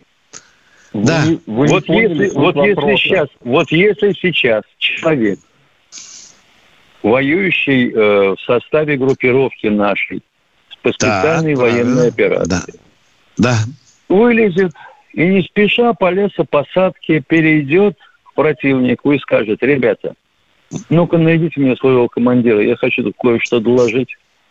Если сейчас человек, воюющий в составе группировки нашей, по специальной военной операции, вылезет и не спеша по лесопосадке перейдет к противнику и скажет: ребята, ну-ка найдите мне своего командира, я хочу тут кое-что доложить.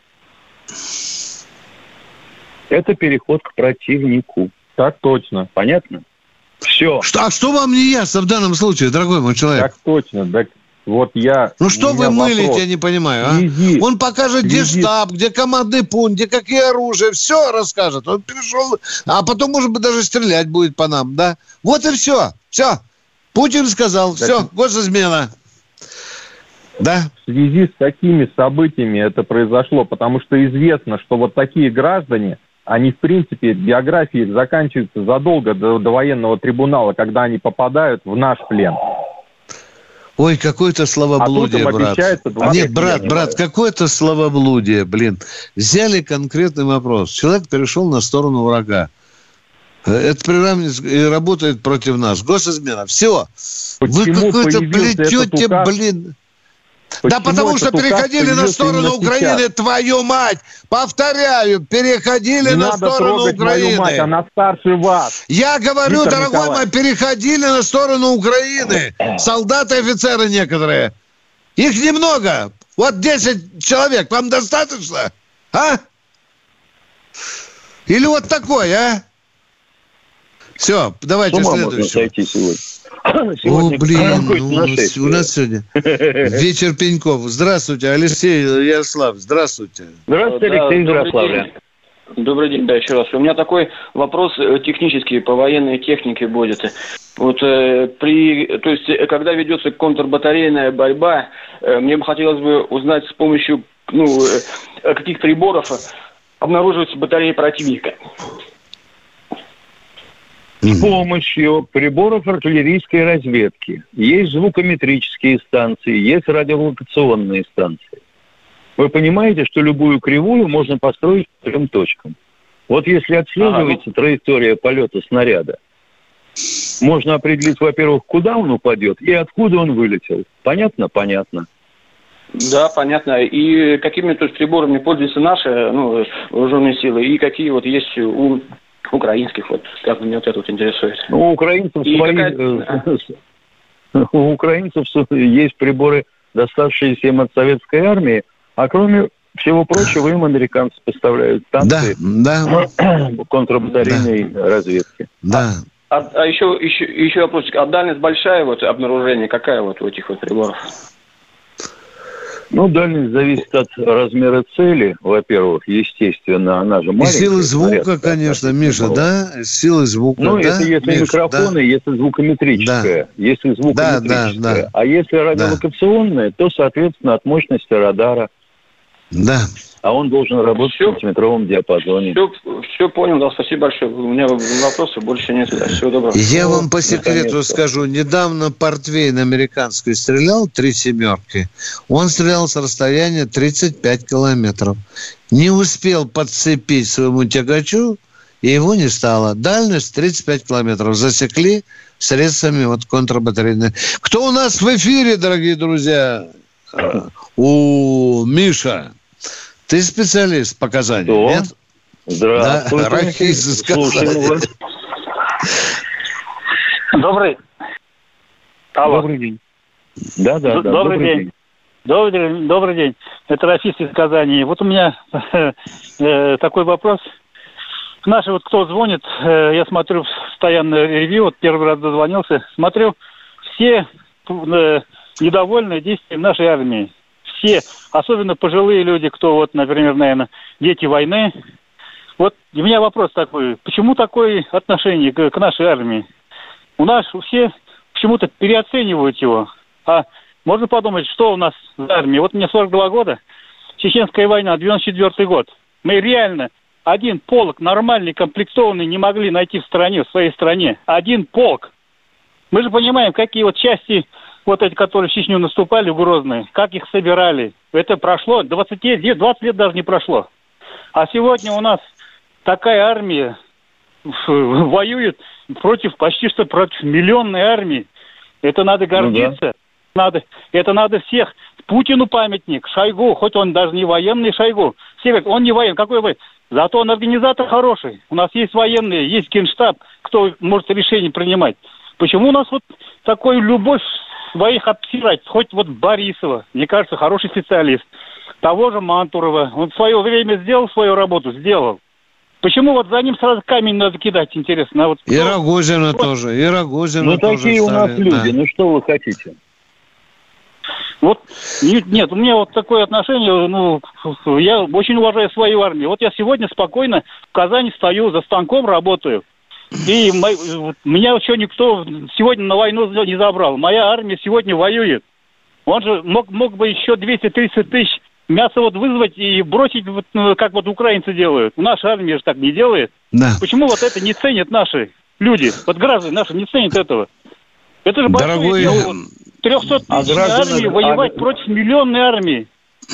Это переход к противнику. Так точно. Понятно? Все. А что вам не ясно в данном случае, дорогой мой человек? Так точно. Что вы мылите, я не понимаю, Он покажет, где штаб, где командный пункт, где какие оружия, все расскажет. Он перешел, а потом, может быть, даже стрелять будет по нам, Вот и все. Все. Путин сказал, все, госизмена. В связи с такими событиями это произошло, потому что известно, что такие граждане, они, в принципе, биографии их заканчиваются задолго до военного трибунала, когда они попадают в наш плен. Ой, какое-то словоблудие, брат. Нет, брат, какое-то словоблудие, блин. Взяли конкретный вопрос. Человек перешел на сторону врага. Это приравнивается и работает против нас. Госизмена. Все. Вы какой-то плетете, блин. Да потому что переходили на сторону Украины, твою мать! Повторяю, переходили на сторону Украины. Мать, она старше вас. Я говорю, Виктор дорогой Николаевич, мой, переходили на сторону Украины. Солдаты, офицеры некоторые. Их немного. Вот 10 человек. Вам достаточно? А? Или вот такой, а? Все, давайте следующий. Сегодня, у нас сегодня вечер пеньков. Здравствуйте, Алексей Ярослав. Здравствуйте. Здравствуйте, Алексей из Ярославля. Добрый день, да, еще раз. У меня такой вопрос технический по военной технике будет. Вот то есть, когда ведется контрбатарейная борьба, мне бы хотелось бы узнать, с помощью каких приборов обнаруживаются батареи противника. С помощью приборов артиллерийской разведки. Есть звукометрические станции, есть радиолокационные станции. Вы понимаете, что любую кривую можно построить по 3 точкам. Вот если отслеживается траектория полета снаряда, можно определить, во-первых, куда он упадет и откуда он вылетел. Понятно? Понятно. Да, понятно. И какими приборами пользуются наши вооруженные силы, и какие вот есть у украинских, вот как меня вот это вот интересует. У украинцев есть приборы, доставшиеся им от советской армии, а кроме всего прочего им американцы поставляют станции контрбатарейной разведки. Да. А еще вопросик. А дальность большая вот обнаружение какая вот у этих вот приборов? Дальность зависит от размера цели, во-первых, естественно, она же маленькая. И силы звука, конечно, Миша, да? Силы звука, это если Миша, микрофоны, если звукометрическая. Если звукометрическая. А если радиолокационная, то, соответственно, от мощности радара. Да. А он должен работать в сантиметровом диапазоне. Все понял, да, спасибо большое. У меня вопросов больше нет. Всего доброго. Я вам по секрету скажу. Недавно портвейн американский стрелял 3 семерки. Он стрелял с расстояния 35 километров. Не успел подцепить своему тягачу, и его не стало. Дальность 35 километров. Засекли средствами контрбатарейной. Кто у нас в эфире, дорогие друзья? Миша. Ты специалист по Казани, нет? Здравствуйте. Да, Рахиз сказали. Добрый день. Да. Добрый день. Добрый день. Это Рафис из Казани. Вот у меня такой вопрос. Наши кто звонит, я смотрю постоянно ревью, первый раз дозвонился, смотрю, все недовольны действием нашей армии. Все, особенно пожилые люди, кто например, наверное, дети войны. Вот у меня вопрос такой. Почему такое отношение к нашей армии? У нас все почему-то переоценивают его. А можно подумать, что у нас за армия? Вот мне 42 года, Чеченская война, 94 год. Мы реально один полк нормальный, комплектованный не могли найти в своей стране. Один полк. Мы же понимаем, какие части... эти, которые в Чечню наступали, в Грозный, как их собирали. Это прошло 20 лет даже не прошло. А сегодня у нас такая армия воюет почти что против миллионной армии. Это надо гордиться. Это надо всех. Путину памятник, Шойгу, хоть он даже не военный Шойгу. Все говорят, он не военный. Какой военный? Зато он организатор хороший. У нас есть военные, есть генштаб, кто может решение принимать. Почему у нас такой любовь своих обсирать, хоть Борисова, мне кажется, хороший специалист. Того же Мантурова. Он в свое время сделал свою работу? Сделал. Почему за ним сразу камень надо кидать, интересно? И Рогозина тоже. И Рогозина тоже. Такие у нас люди. Что вы хотите? Нет, у меня такое отношение, я очень уважаю свою армию. Я сегодня спокойно в Казани стою, за станком работаю. И меня еще никто сегодня на войну не забрал. Моя армия сегодня воюет. Он же мог бы еще 230 тысяч мяса вызвать и бросить, как украинцы делают. Наша армия же так не делает. Да. Почему это не ценят наши люди? Граждане наши не ценят этого. Это же дорогой 300-тысячной армии воевать против миллионной армии.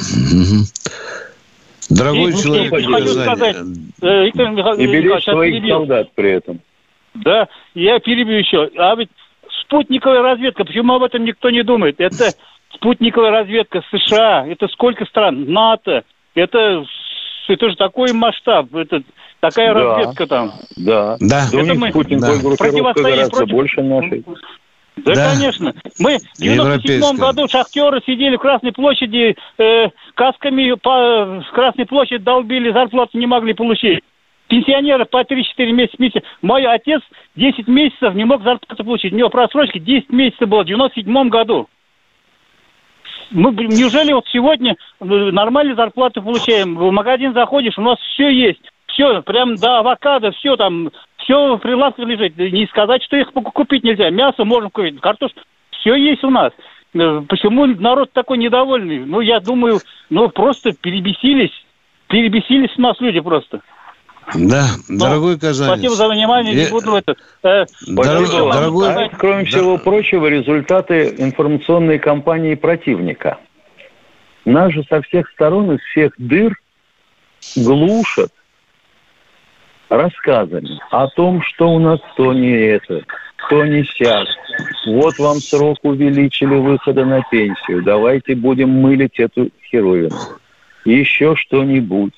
Дорогой человек, хочу сказать, Виктор Михайлович, и беречь своих солдат при этом. Да, я перебью еще. А ведь спутниковая разведка, почему об этом никто не думает? Это спутниковая разведка США, это сколько стран? НАТО, это же такой масштаб, это такая разведка там. Да. Это мы противостоим против... больше нашей. Да, конечно. Мы в 97-м году шахтеры сидели в Красной площади, касками по Красной площади долбили, зарплату не могли получить. Пенсионеры по 3-4 месяца. Мой отец 10 месяцев не мог зарплату получить. У него просрочка 10 месяцев было в 97-м году. Мы, неужели вот сегодня нормальные зарплаты получаем? В магазин заходишь, у нас все есть. Все, прям до авокадо, все там, все в прилавках лежит. Не сказать, что их купить нельзя. Мясо можно купить, картошку. Все есть у нас. Почему народ такой недовольный? Ну, я думаю, просто перебесились. Перебесились у нас люди просто. Да, дорогой казанец. Спасибо за внимание, не буду это... Дорогой... Кроме всего прочего, результаты информационной кампании противника. Нас же со всех сторон, из всех дыр глушат рассказами о том, что у нас то не это, то не сяк. Вот вам срок увеличили выхода на пенсию. Давайте будем мылить эту херовину. Еще что-нибудь.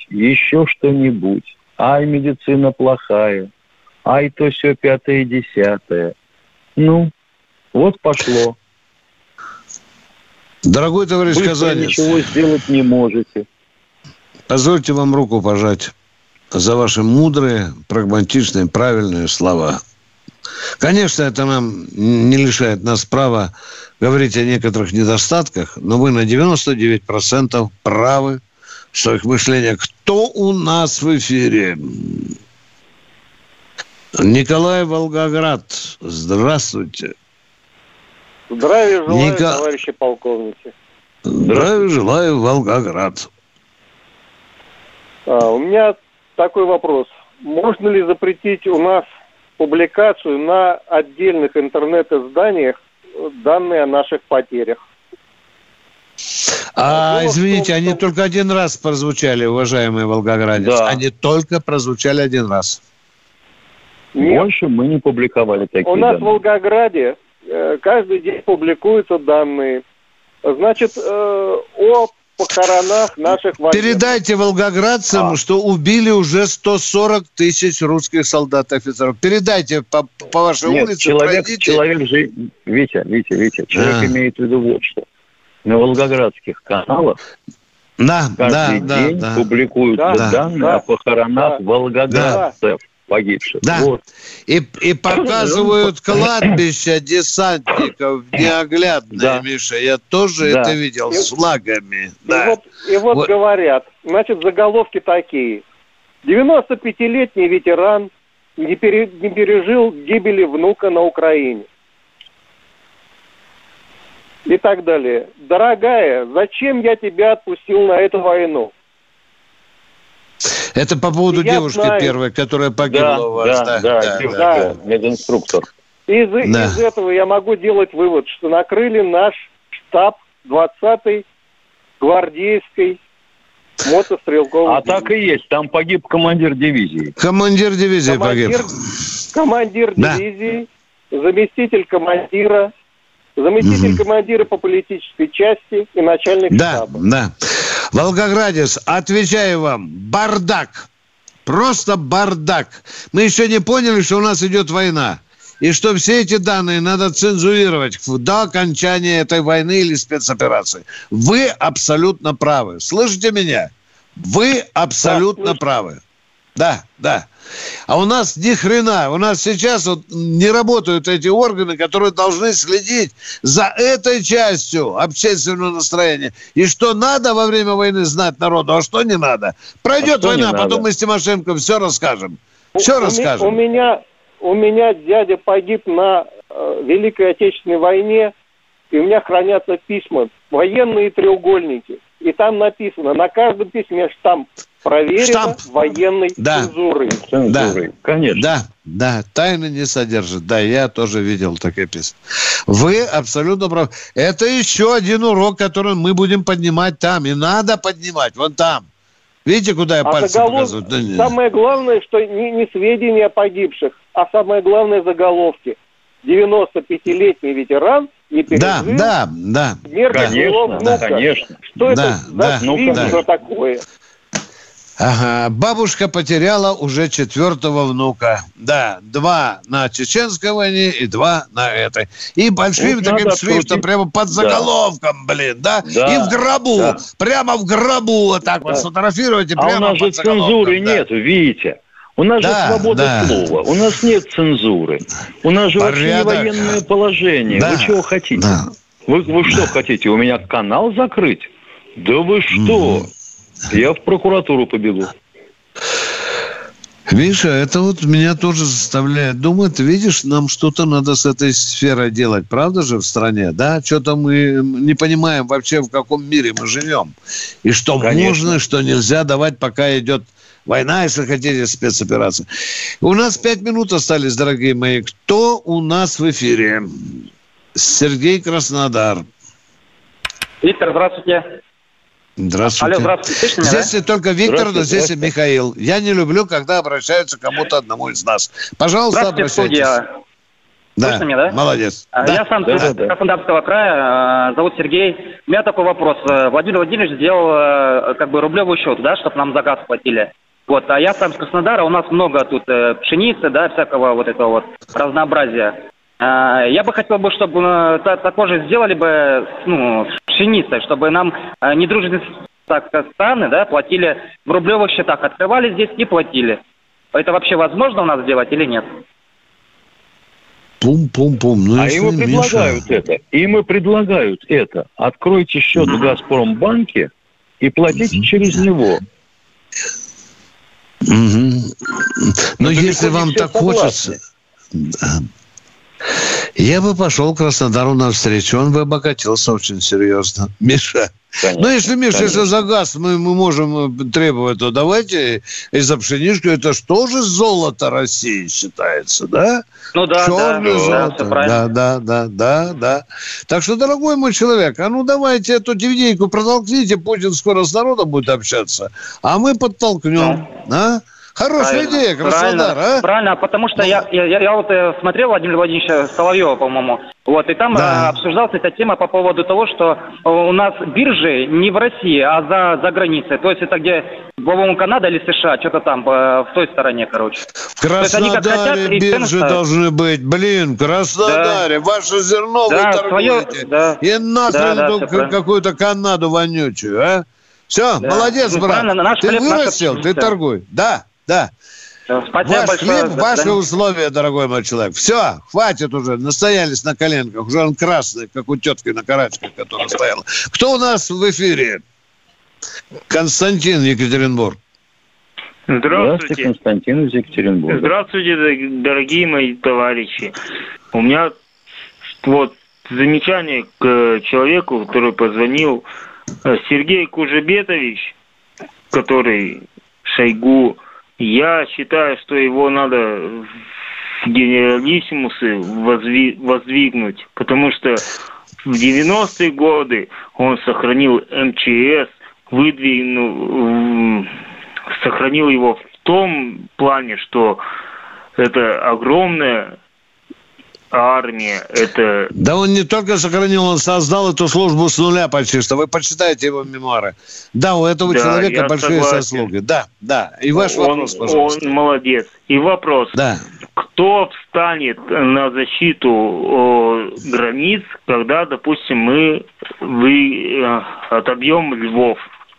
Ай, медицина плохая. Ай, то все 5-е, 10-е. Ну, вот пошло. Дорогой товарищ казанец, ничего сделать не можете. Позвольте вам руку пожать за ваши мудрые, прагматичные, правильные слова. Конечно, это нам не лишает нас права говорить о некоторых недостатках, но вы на 99% правы в своих мышлениях. Кто у нас в эфире? Николай, Волгоград. Здравствуйте. Здравия желаю, товарищи полковники. Здравия желаю, Волгоград. У меня такой вопрос. Можно ли запретить у нас публикацию на отдельных интернет-изданиях данные о наших потерях? Извините, они только один раз прозвучали, уважаемые волгоградец. Да. Они только прозвучали один раз. Больше мы не публиковали такие данные. У нас в Волгограде каждый день публикуются данные. Значит, о похоронах наших военных. Передайте волгоградцам, что убили уже 140 тысяч русских солдат и офицеров. Передайте по вашей улице. Человек же, Витя, человек имеет в виду вот что. На волгоградских каналах каждый день публикуются данные о похоронах волгоградцев погибших. Да. Вот. И показывают кладбища десантников неоглядные, Миша. Я тоже это видел с флагами. И вот говорят, значит, заголовки такие. 95-летний ветеран не пережил гибели внука на Украине. И так далее. Дорогая, зачем я тебя отпустил на эту войну? Это по поводу девушки первой, которая погибла у вас. Да, мединструктор. Из этого я могу делать вывод, что накрыли наш штаб 20-й гвардейской мотострелковой. А так и есть, там погиб командир дивизии. Командир дивизии погиб. Командир дивизии, заместитель командира по политической части и начальник штаба. Да. Волгоградец, отвечаю вам, бардак. Просто бардак. Мы еще не поняли, что у нас идет война. И что все эти данные надо цензурировать до окончания этой войны или спецоперации. Вы абсолютно правы. Слышите меня? Вы абсолютно правы. Да. А у нас ни хрена. У нас сейчас не работают эти органы, которые должны следить за этой частью общественного настроения. И что надо во время войны знать народу, а что не надо. Пройдет война, потом мы с Тимошенко все расскажем. У меня дядя погиб на Великой Отечественной войне, и у меня хранятся письма, военные треугольники. и там написано, на каждом письме штамп проверено военной цензурой. Да, конечно. Да, тайны не содержит. Да, я тоже видел такие письма. Вы абсолютно правы. Это еще один урок, который мы будем поднимать там. И надо поднимать вон там. Видите, куда я пальцем показываю? Да, самое главное, что не сведения о погибших, а самое главное заголовки. 95-летний ветеран не пережил смерть своего внука. Конечно. Что это за фильм, что такое? Ага, бабушка потеряла уже 4-го внука. Да, 2 на чеченской войне и 2 на этой. И большим вот таким шрифтом, прямо под заголовком, и в гробу, прямо в гробу вот так вот сфотографируйте. А у нас же цензуры нет, видите. У нас же свобода слова, у нас нет цензуры. У нас же вообще не военное положение. Вы чего хотите? Вы что хотите, у меня канал закрыть? Да вы что? Я в прокуратуру побегу. Миша, это вот меня тоже заставляет думать. Видишь, нам что-то надо с этой сферой делать, правда же, в стране? Да, что-то мы не понимаем вообще, в каком мире мы живем. И что можно, что нельзя давать, пока идет война, если хотите, спецоперация. У нас 5 минут остались, дорогие мои. Кто у нас в эфире? Сергей, Краснодар. Виктор, здравствуйте. Здравствуйте. Алло, здравствуйте. Слышно меня, здесь не только Виктор, но здесь и Михаил. Я не люблю, когда обращаются к кому-то одному из нас. Пожалуйста, обращайтесь. Слышно меня, да? Молодец. Я сам из Краснодарского края, зовут Сергей. У меня такой вопрос. Владимир Владимирович сделал рублевый счет, да, чтобы нам за газ платили. Вот, а я сам с Краснодара, у нас много тут пшеницы, да, всякого вот этого вот разнообразия. Я бы хотел, чтобы такое же сделали бы, с пшеницей, чтобы нам недружественные страны, да, платили в рублевых счетах, открывали здесь и платили. Это вообще возможно у нас сделать или нет? Пум-пум-пум. Ну, им и предлагают это. Откройте счет в Газпромбанке и платите через него. Но если вам так хочется... Я бы пошел к Краснодару навстречу, он бы обогатился очень серьезно. Миша. Конечно, если за газ мы можем требовать, то давайте и за пшеничку, это же тоже золото России считается, да? Ну да, черное золото. Да. Так что, дорогой мой человек, давайте эту дивидейку протолкните, Путин скоро с народом будет общаться, а мы подтолкнем, Хорошая идея, Краснодар, Правильно, потому что я вот смотрел Владимира Владимировича Соловьева, по-моему, вот, и там обсуждалась эта тема по поводу того, что у нас биржи не в России, а за границей. То есть это где, по-моему, Канада или США, что-то там, в той стороне, короче. В Краснодаре биржи должны быть, в Краснодаре, ваше зерно вы торгуете. И нахрен какую-то Канаду вонючую, Все, молодец, брат. Ты вырастил, ты торгуй. Да. Спасибо большое. Хлеб, ваши условия, дорогой мой человек. Все, хватит уже, настоялись на коленках. Уже он красный, как у тетки на карачках, которая стояла. Кто у нас в эфире? Константин, Екатеринбург. Здравствуйте, Константин из Екатеринбурга. Здравствуйте, дорогие мои товарищи. У меня замечание к человеку, который позвонил, Сергей Кужебетович, который Шойгу. Я считаю, что его надо в генералиссимусы воздвигнуть, потому что в 90-е годы он сохранил МЧС, сохранил его в том плане, что это огромная армия, это... Да он не только сохранил, он создал эту службу с нуля почти что. Вы почитайте его мемуары. Да, у этого человека большие заслуги. Да. И ваш вопрос, пожалуйста. Он молодец. И вопрос. Да. Кто встанет на защиту границ, когда, допустим, мы отобьем Львов?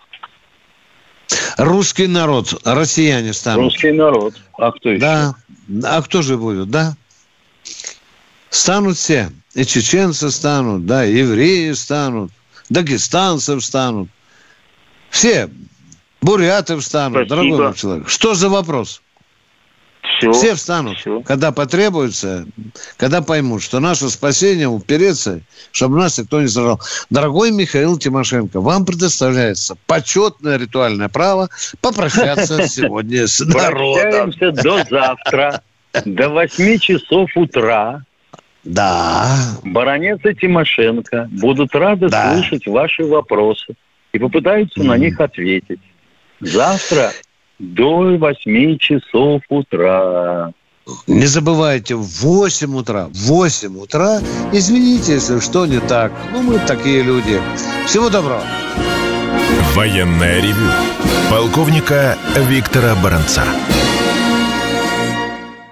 Русский народ, россияне станут. Русский народ. А кто еще? Да. А кто же будет, да? Станут все. И чеченцы станут, и евреи станут, дагестанцы встанут. Все. Буряты встанут, Спасибо. Дорогой мой человек. Что за вопрос? Все встанут, когда потребуется, когда поймут, что наше спасение упереться, чтобы нас никто не сажал. Дорогой Михаил Тимошенко, вам предоставляется почетное ритуальное право попрощаться сегодня с народом. Прощаемся до завтра, до 8 часов утра. Да. Баронец и Тимошенко будут рады слышать ваши вопросы и попытаются на них ответить. Завтра до 8 часов утра. Не забывайте, в 8 утра. Извините, если что не так. Мы такие люди. Всего доброго. Военное ревю полковника Виктора Баранца.